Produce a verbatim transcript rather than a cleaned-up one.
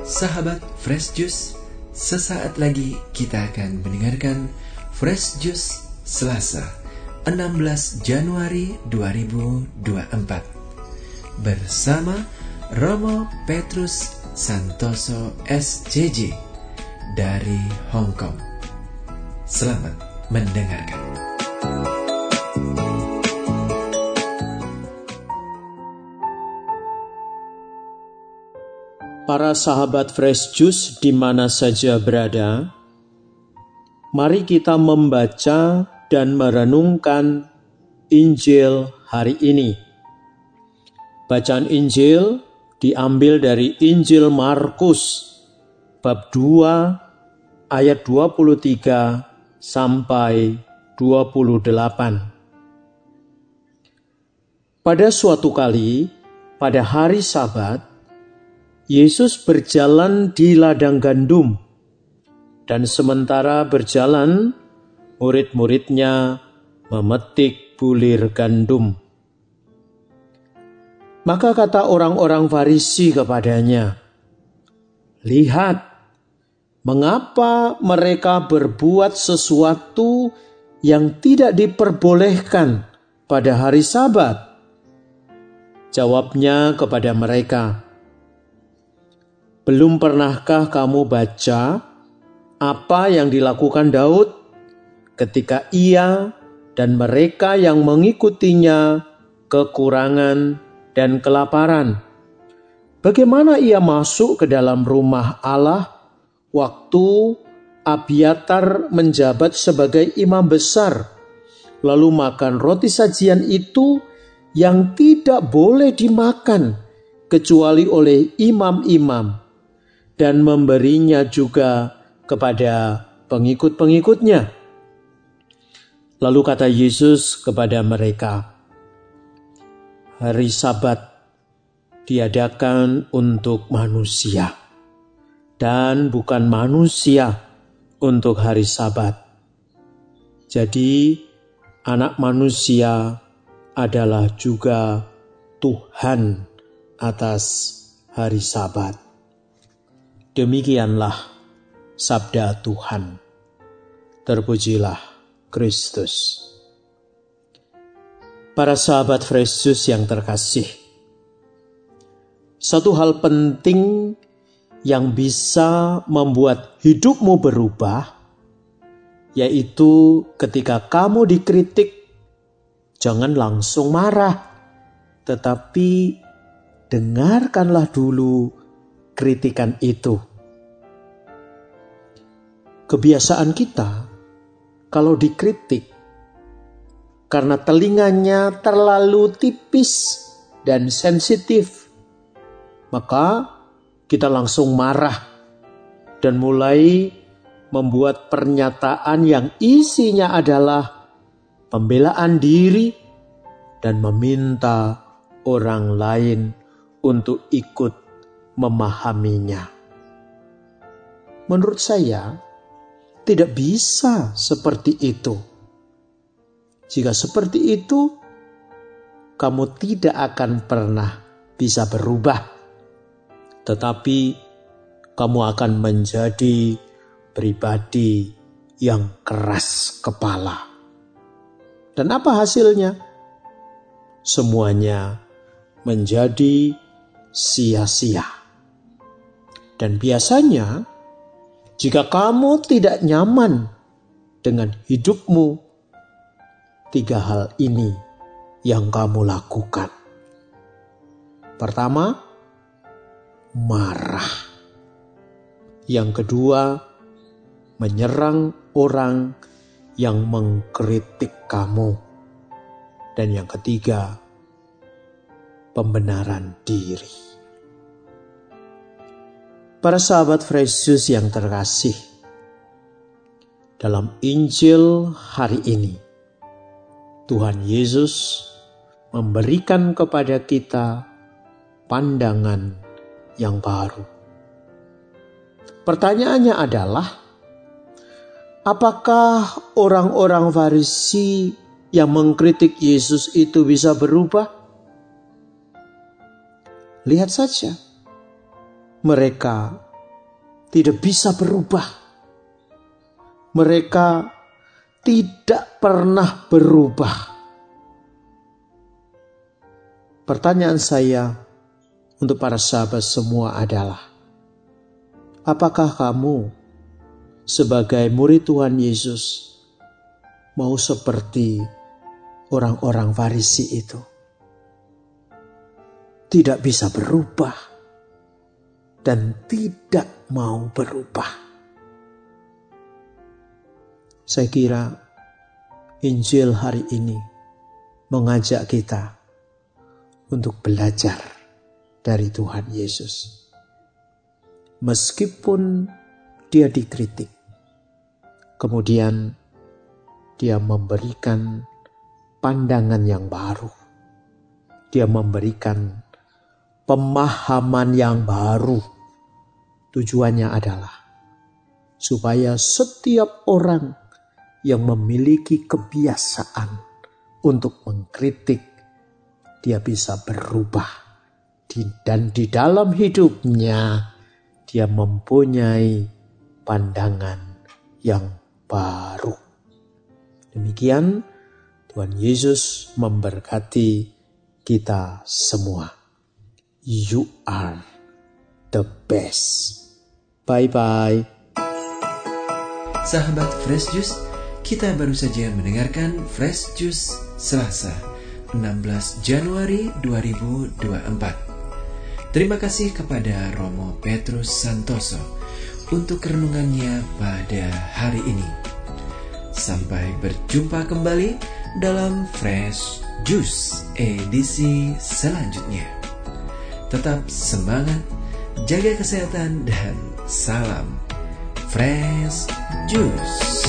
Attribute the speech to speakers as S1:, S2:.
S1: Sahabat Fresh Juice, sesaat lagi kita akan mendengarkan Fresh Juice Selasa enam belas Januari dua ribu dua puluh empat bersama Romo Petrus Santoso S J J dari Hong Kong. Selamat mendengarkan.
S2: Para sahabat Fresh Juice di mana saja berada, mari kita membaca dan merenungkan Injil hari ini. Bacaan Injil diambil dari Injil Markus bab dua ayat dua puluh tiga sampai dua puluh delapan. Pada suatu kali, pada hari Sabat, Yesus berjalan di ladang gandum, dan sementara berjalan, murid-muridnya memetik bulir gandum. Maka kata orang-orang Farisi kepadanya, "Lihat, mengapa mereka berbuat sesuatu yang tidak diperbolehkan pada hari Sabat?" Jawabnya kepada mereka, "Belum pernahkah kamu baca apa yang dilakukan Daud ketika ia dan mereka yang mengikutinya kekurangan dan kelaparan? Bagaimana ia masuk ke dalam rumah Allah waktu Abiatar menjabat sebagai imam besar, lalu makan roti sajian itu yang tidak boleh dimakan kecuali oleh imam-imam, dan memberinya juga kepada pengikut-pengikutnya?" Lalu kata Yesus kepada mereka, "Hari Sabat diadakan untuk manusia, dan bukan manusia untuk hari Sabat. Jadi Anak Manusia adalah juga Tuhan atas hari Sabat." Demikianlah sabda Tuhan. Terpujilah Kristus. Para sahabat Fresh Juice yang terkasih, satu hal penting yang bisa membuat hidupmu berubah, yaitu ketika kamu dikritik, jangan langsung marah, tetapi dengarkanlah dulu kritikan itu. Kebiasaan kita kalau dikritik, karena telinganya terlalu tipis dan sensitif, maka kita langsung marah dan mulai membuat pernyataan yang isinya adalah pembelaan diri dan meminta orang lain untuk ikut memahaminya. Menurut saya, tidak bisa seperti itu. Jika seperti itu, kamu tidak akan pernah bisa berubah, tetapi kamu akan menjadi pribadi yang keras kepala. Dan apa hasilnya? Semuanya menjadi sia-sia. Dan biasanya, jika kamu tidak nyaman dengan hidupmu, tiga hal ini yang kamu lakukan. Pertama, marah. Yang kedua, menyerang orang yang mengkritik kamu. Dan yang ketiga, pembenaran diri. Para sahabat Fresh Juice yang terkasih, dalam Injil hari ini, Tuhan Yesus memberikan kepada kita pandangan yang baru. Pertanyaannya adalah, apakah orang-orang Farisi yang mengkritik Yesus itu bisa berubah? Lihat saja, mereka tidak bisa berubah. Mereka tidak pernah berubah. Pertanyaan saya untuk para sahabat semua adalah, apakah kamu sebagai murid Tuhan Yesus mau seperti orang-orang Farisi itu? Tidak bisa berubah dan tidak mau berubah. Saya kira Injil hari ini mengajak kita untuk belajar dari Tuhan Yesus. Meskipun dia dikritik, kemudian dia memberikan pandangan yang baru. Dia memberikan pemahaman yang baru. Tujuannya adalah supaya setiap orang yang memiliki kebiasaan untuk mengkritik, dia bisa berubah. Dan di dalam hidupnya, dia mempunyai pandangan yang baru. Demikian Tuhan Yesus memberkati kita semua. You are the best. Bye-bye.
S1: Sahabat Fresh Juice, kita baru saja mendengarkan Fresh Juice Selasa, enam belas Januari dua ribu dua puluh empat. Terima kasih kepada Romo Petrus Santoso untuk renungannya pada hari ini. Sampai berjumpa kembali dalam Fresh Juice edisi selanjutnya. Tetap semangat, jaga kesehatan, dan salam Fresh Juice.